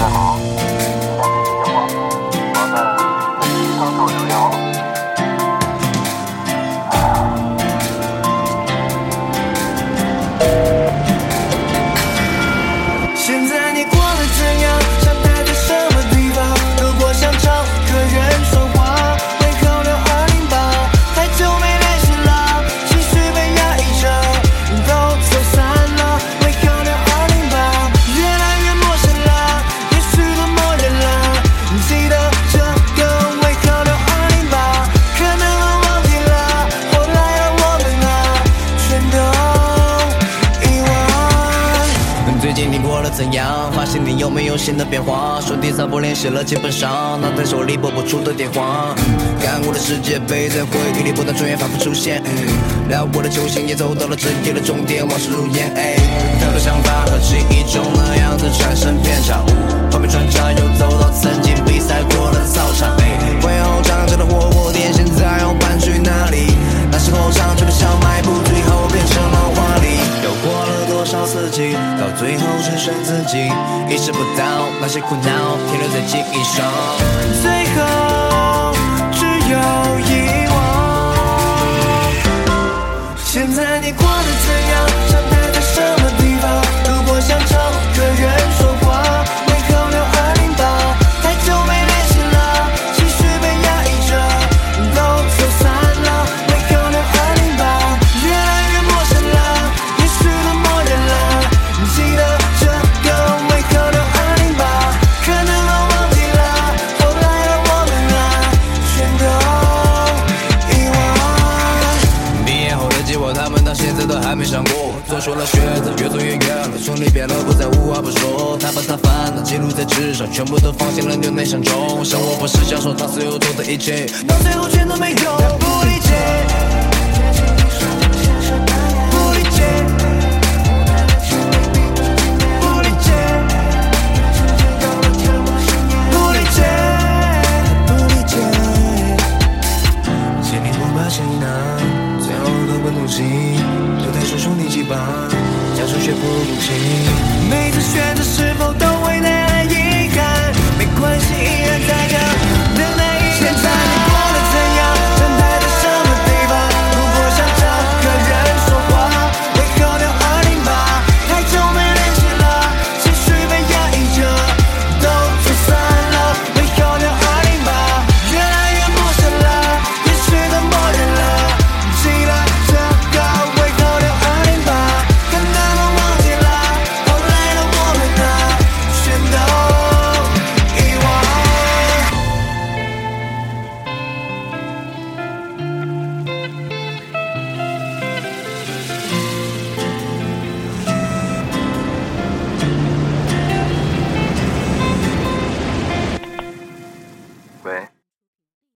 现在你过得怎样？想待在什么地方？如果想找个人说话，会考虑208。太久没联系了，情绪被压抑着，都走散了，会考虑208。越来越陌生了，也许多默认了，记得这个会考虑208，可能我忘记了，后来的我们啊，全都遗忘。 最近你过得怎样？发现你有没有新的变化？手机早不联系了，基本上拿在手里拨不出的电话。看过的世界杯在回忆里不断重演，反复出现。聊过的球星也走到了职业的终点，往事如烟。太多想法和记忆中那样子产生偏差，画面穿插又走到曾经比赛过的操场。会后长着的火锅店，现在要搬去哪里？那时候上去的小卖部，最后变成了华丽。又过了多少四季，到最后只剩自己，意识不到那些苦恼停留在记忆上， 最后只有遗忘。现在你过得怎样？想待在什么地方？如果想找个人说话，会考虑208。太久没联系了，情绪被压抑着，都走散了，会考虑208。越来越陌生了，也许都默认了，记得这个会考虑208，可能我忘记了，后来的我们啊，全都遗忘。 毕业后的计划他们到现在都还没想过，做出了选择，越走越远了，兄弟变了，不再无话不说。他把他烦恼记录在纸上，全部都放进了牛奶箱中。生活不是享受，他所有做的一切， 到最后全都没用，不理解。